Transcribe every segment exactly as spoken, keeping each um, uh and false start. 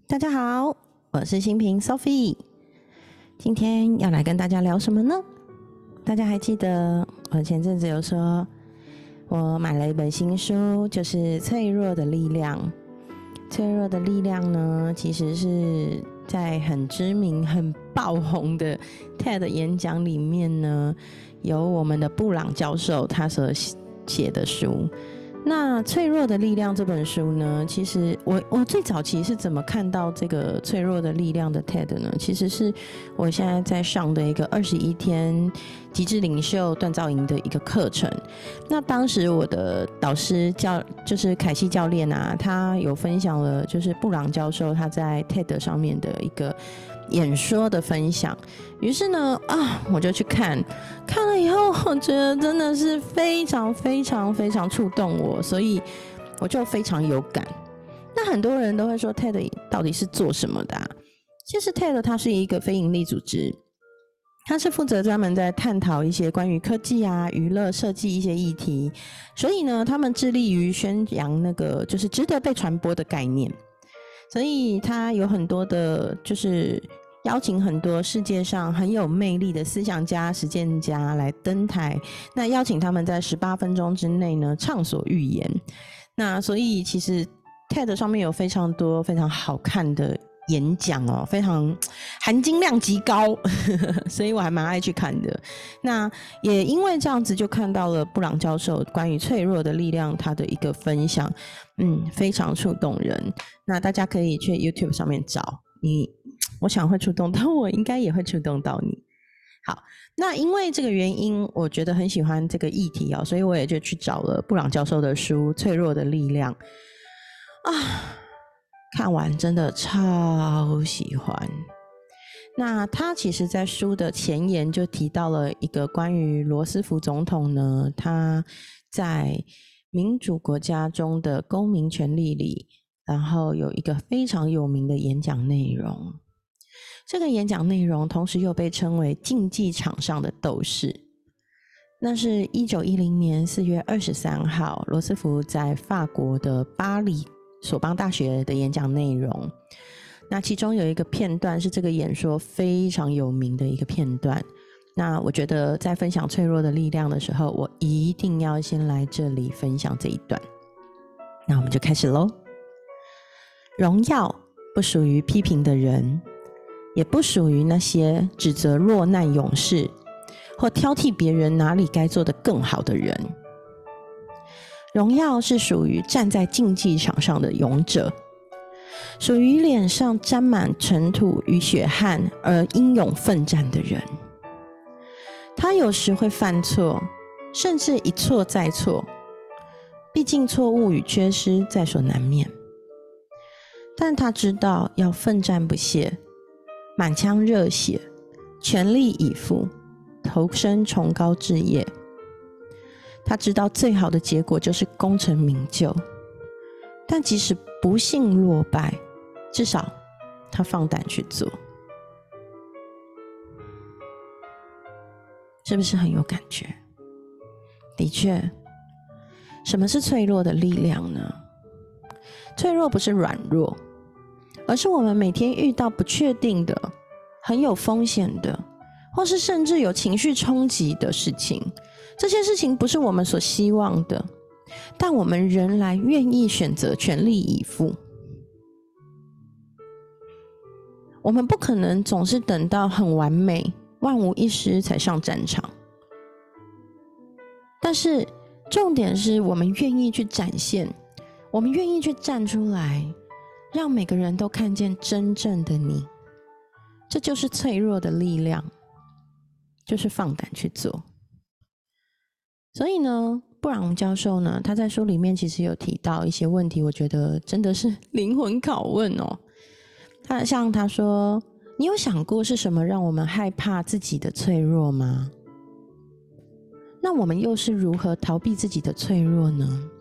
大家好，我是新平 Sophie， 今天要来跟大家聊什么呢？大家还记得我前阵子有说我买了一本新书，就是《脆弱的力量》。脆弱的力量呢，其实是在很知名、很爆红的 TED 演讲里面呢，有我们的布朗教授他所写的书。那《脆弱的力量》这本书呢，其实我我最早期是怎么看到这个《脆弱的力量》的 TED 呢？其实是我现在在上的一个二十一天极致领袖锻造营的一个课程。那当时我的导师教就是凯西教练啊，他有分享了就是布朗教授他在 TED 上面的一个演说的分享，于是呢啊，我就去看，看了以后，我觉得真的是非常非常非常触动我，所以我就非常有感。那很多人都会说 TED 到底是做什么的啊？其实 TED 它是一个非营利组织，它是负责专门在探讨一些关于科技啊、娱乐、设计一些议题，所以呢，他们致力于宣扬那个就是值得被传播的概念。所以他有很多的就是邀请很多世界上很有魅力的思想家、实践家来登台，那邀请他们在十八分钟之内呢畅所欲言。那所以其实 TED 上面有非常多非常好看的演讲哦，非常含金量极高所以我还蛮爱去看的。那也因为这样子就看到了布朗教授关于脆弱的力量他的一个分享，嗯，非常触动人。那大家可以去 YouTube 上面找你，我想会触动到我，应该也会触动到你。好，那因为这个原因我觉得很喜欢这个议题哦，所以我也就去找了布朗教授的书《脆弱的力量》啊，看完真的超喜欢。那他其实在书的前言就提到了一个关于罗斯福总统呢，他在民主国家中的公民权利里，然后有一个非常有名的演讲内容。这个演讲内容同时又被称为竞技场上的斗士。那是一九一零年四月二十三号，罗斯福在法国的巴黎索邦大学的演讲内容。那其中有一个片段是这个演说非常有名的一个片段。那我觉得在分享脆弱的力量的时候，我一定要先来这里分享这一段。那我们就开始咯。荣耀不属于批评的人，也不属于那些指责落难勇士或挑剔别人哪里该做得更好的人。荣耀是属于站在竞技场上的勇者，属于脸上沾满尘土与血汗而英勇奋战的人。他有时会犯错，甚至一错再错，毕竟错误与缺失在所难免。但他知道要奋战不懈，满腔热血，全力以赴，投身崇高志业。他知道最好的结果就是功成名就，但即使不幸落败，至少他放胆去做。是不是很有感觉？的确，什么是脆弱的力量呢？脆弱不是软弱，而是我们每天遇到不确定的、很有风险的，或是甚至有情绪冲击的事情。这些事情不是我们所希望的，但我们仍然愿意选择全力以赴。我们不可能总是等到很完美、万无一失才上战场，但是重点是我们愿意去展现，我们愿意去站出来，让每个人都看见真正的你。这就是脆弱的力量，就是放胆去做。所以呢，布朗教授呢，他在书里面其实有提到一些问题，我觉得真的是灵魂拷问哦。他像他说，你有想过是什么让我们害怕自己的脆弱吗？那我们又是如何逃避自己的脆弱呢？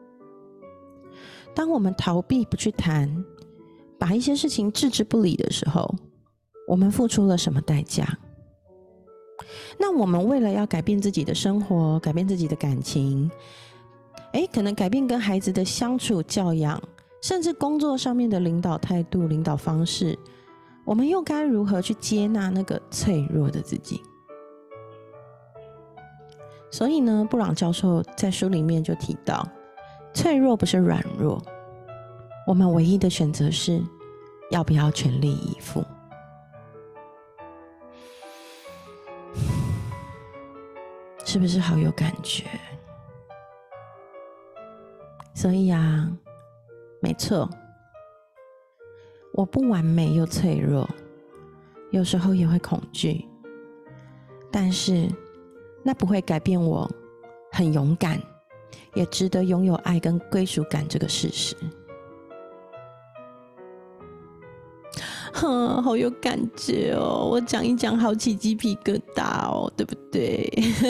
当我们逃避不去谈，把一些事情置之不理的时候，我们付出了什么代价？那我们为了要改变自己的生活，改变自己的感情，诶，可能改变跟孩子的相处教养， 甚至工作上面的领导态度、领导方式，我们又该如何去接纳那个脆弱的自己？所以呢，布朗教授在书里面就提到，脆弱不是软弱，我们唯一的选择是要不要全力以赴。是不是好有感觉？所以啊，没错，我不完美又脆弱，有时候也会恐惧，但是那不会改变我很勇敢，也值得拥有爱跟归属感这个事实。哼，好有感觉哦！我讲一讲，好起鸡皮疙瘩哦，对不对？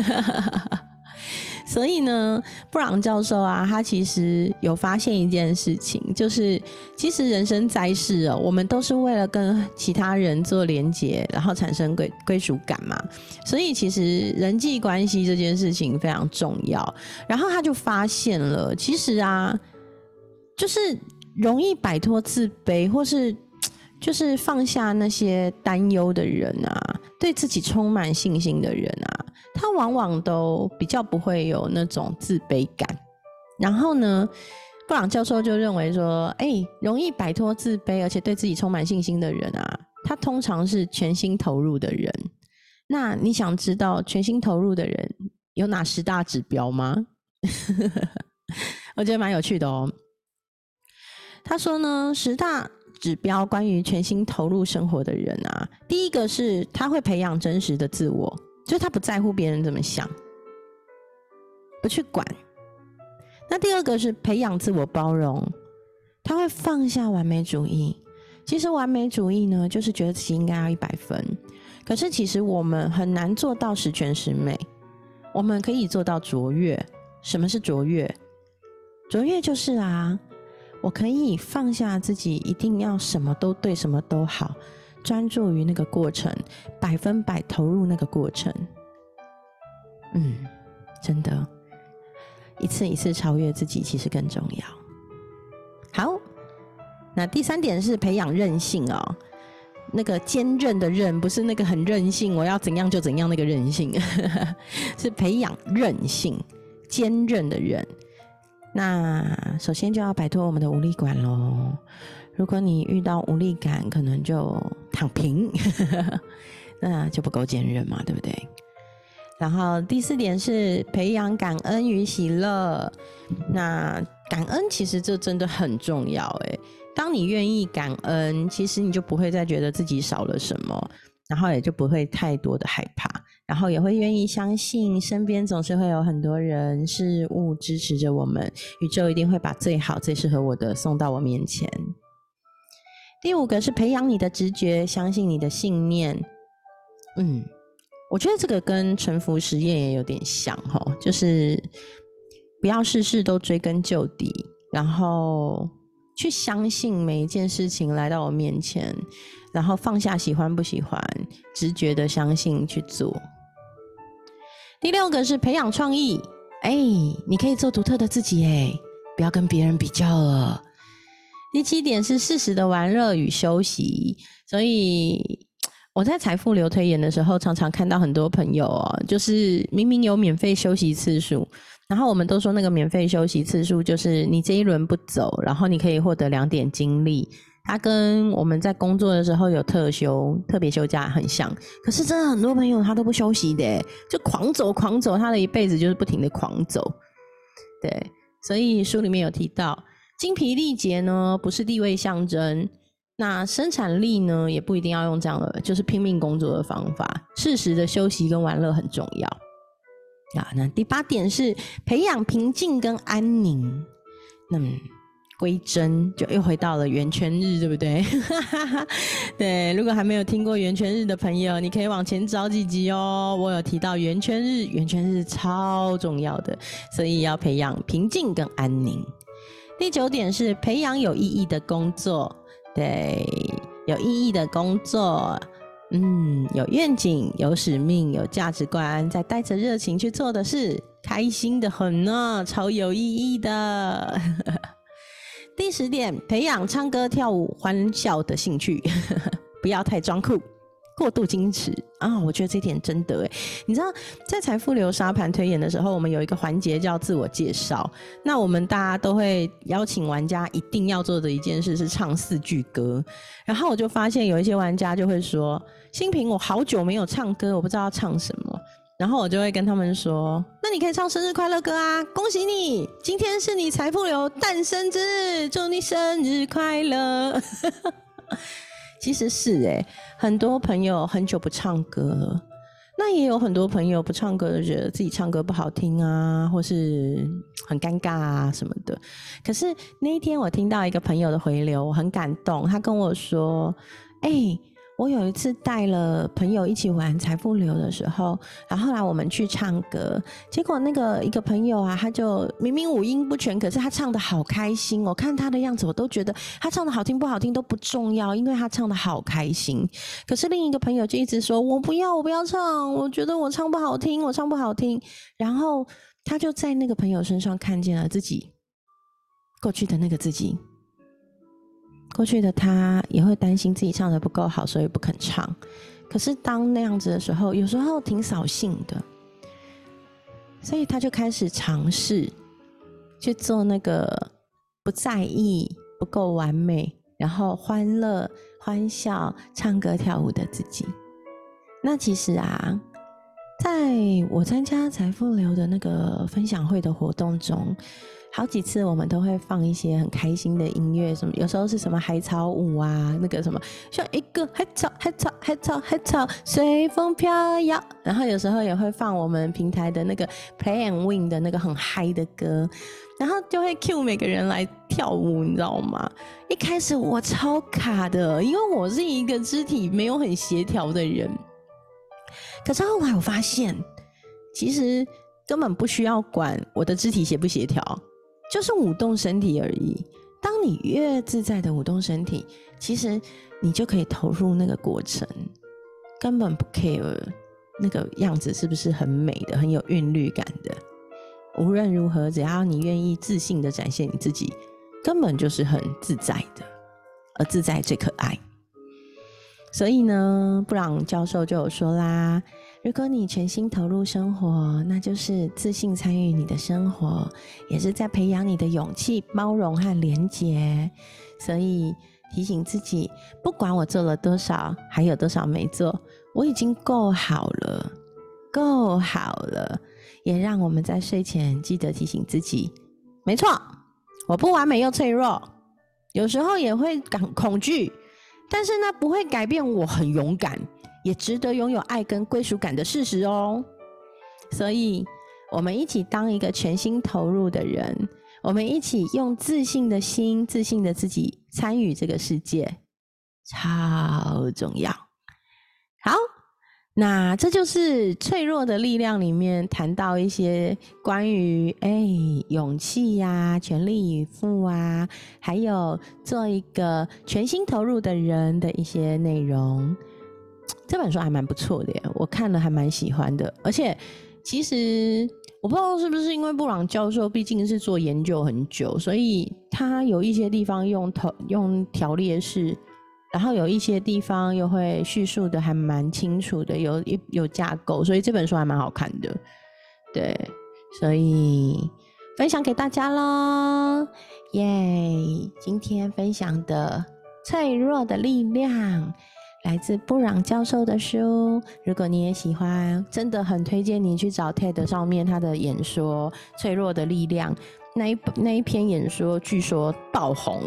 所以呢，布朗教授啊，他其实有发现一件事情，就是其实人生在世哦，我们都是为了跟其他人做连结，然后产生归归属感嘛。所以其实人际关系这件事情非常重要。然后他就发现了，其实啊，就是容易摆脱自卑，或是就是放下那些担忧的人啊，对自己充满信心的人啊，他往往都比较不会有那种自卑感。然后呢，布朗教授就认为说，哎、欸，容易摆脱自卑而且对自己充满信心的人啊，他通常是全心投入的人。那你想知道全心投入的人有哪十大指标吗？我觉得蛮有趣的哦。他说呢，十大指标关于全心投入生活的人啊，第一个是他会培养真实的自我，就是他不在乎别人怎么想，不去管。那第二个是培养自我包容，他会放下完美主义。其实完美主义呢，就是觉得自己应该要一百分，可是其实我们很难做到十全十美，我们可以做到卓越。什么是卓越？卓越就是啊，我可以放下自己一定要什么都对什么都好，专注于那个过程，百分百投入那个过程。嗯，真的一次一次超越自己其实更重要。好，那第三点是培养韧性哦，那个坚韧的韧，不是那个很任性我要怎样就怎样那个韧性是培养韧性，坚韧的韧。那首先就要摆脱我们的无力感咯。如果你遇到无力感，可能就躺平那就不够坚韧嘛，对不对？然后第四点是培养感恩与喜乐。那感恩其实这真的很重要耶，当你愿意感恩，其实你就不会再觉得自己少了什么，然后也就不会太多的害怕，然后也会愿意相信身边总是会有很多人事物支持着我们，宇宙一定会把最好最适合我的送到我面前。第五个是培养你的直觉，相信你的信念。嗯，我觉得这个跟臣服实验也有点像齁，就是不要事事都追根究底，然后去相信每一件事情来到我面前，然后放下喜欢不喜欢，直觉的相信去做。第六个是培养创意，哎、欸，你可以做独特的自己，哎，不要跟别人比较了。第七点是适时的玩乐与休息。所以我在财富流推演的时候，常常看到很多朋友哦，就是明明有免费休息次数，然后我们都说那个免费休息次数就是你这一轮不走，然后你可以获得两点精力。它跟我们在工作的时候有特休、特别休假很像，可是真的很多朋友他都不休息的，就狂走狂走，他的一辈子就是不停的狂走。对，所以书里面有提到，精疲力竭呢不是地位象征，那生产力呢也不一定要用这样的就是拼命工作的方法，适时的休息跟玩乐很重要。啊，那第八点是培养平静跟安宁。嗯，归真就又回到了圆圈日，对不对？对，如果还没有听过圆圈日的朋友，你可以往前找几集哦。我有提到圆圈日，圆圈日超重要的，所以要培养平静跟安宁。第九点是培养有意义的工作。对，有意义的工作，嗯，有愿景，有使命，有价值观，再带着热情去做的事，开心的很呢，超有意义的。 第十点，培养唱歌跳舞欢笑的兴趣不要太装酷过度矜持啊，我觉得这点真的耶。你知道在财富流沙盘推演的时候，我们有一个环节叫自我介绍，那我们大家都会邀请玩家一定要做的一件事是唱四句歌，然后我就发现有一些玩家就会说，新平我好久没有唱歌，我不知道要唱什么，然后我就会跟他们说，那你可以唱生日快乐歌啊，恭喜你，今天是你财富流诞生之日，祝你生日快乐其实是耶、欸、很多朋友很久不唱歌了，那也有很多朋友不唱歌觉得自己唱歌不好听啊，或是很尴尬啊什么的。可是那一天我听到一个朋友的回流，我很感动，他跟我说，哎、欸我有一次带了朋友一起玩财富流的时候，然后后来我们去唱歌，结果那个一个朋友啊，他就明明五音不全，可是他唱得好开心，我看他的样子我都觉得他唱得好听不好听都不重要，因为他唱得好开心。可是另一个朋友就一直说，我不要我不要唱，我觉得我唱不好听我唱不好听，然后他就在那个朋友身上看见了自己过去的那个自己，过去的他也会担心自己唱得不够好，所以不肯唱。可是当那样子的时候，有时候挺扫兴的，所以他就开始尝试去做那个不在意不够完美，然后欢乐欢笑唱歌跳舞的自己。那其实啊，在我参加财富流的那个分享会的活动中，好几次我们都会放一些很开心的音乐，什么有时候是什么海草舞啊，那个什么像一个海草海草海草海草随风飘摇，然后有时候也会放我们平台的那个 Play and Win 的那个很嗨的歌，然后就会 cue 每个人来跳舞，你知道吗？一开始我超卡的，因为我是一个肢体没有很协调的人，可是后来我发现其实根本不需要管我的肢体协不协调，就是舞动身体而已。当你越自在的舞动身体，其实你就可以投入那个过程，根本不 care 那个样子是不是很美的很有韵律感的。无论如何，只要你愿意自信的展现你自己，根本就是很自在的，而自在最可爱。所以呢，布朗教授就有说啦，如果你全心投入生活，那就是自信参与你的生活，也是在培养你的勇气、包容和连结。所以提醒自己，不管我做了多少，还有多少没做，我已经够好了，够好了。也让我们在睡前记得提醒自己，没错，我不完美又脆弱，有时候也会恐惧，但是那不会改变我很勇敢，也值得拥有爱跟归属感的事实哦。所以我们一起当一个全心投入的人，我们一起用自信的心、自信的自己参与这个世界，超重要。好，那这就是脆弱的力量里面谈到一些关于哎勇气呀、全力以赴啊，还有做一个全心投入的人的一些内容。这本书还蛮不错的耶，我看了还蛮喜欢的。而且其实我不知道是不是因为布朗教授毕竟是做研究很久，所以他有一些地方用头用条列式，然后有一些地方又会叙述的还蛮清楚的，有有架构，所以这本书还蛮好看的。对，所以分享给大家咯，耶！今天分享的脆弱的力量来自布朗教授的书，如果你也喜欢，真的很推荐你去找 TED 上面他的演说《脆弱的力量》那一那一篇演说，据说爆红。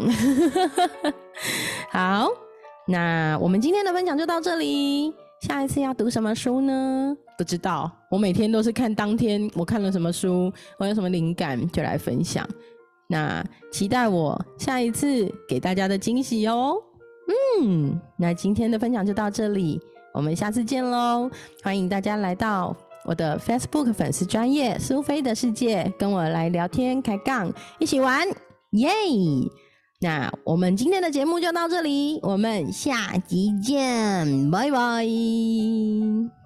好，那我们今天的分享就到这里。下一次要读什么书呢？不知道，我每天都是看当天我看了什么书，我有什么灵感就来分享。那期待我下一次给大家的惊喜哦。嗯，那今天的分享就到这里，我们下次见咯。欢迎大家来到我的 Facebook 粉丝专页苏菲的世界，跟我来聊天开杠，一起玩，耶！那我们今天的节目就到这里，我们下集见，拜拜。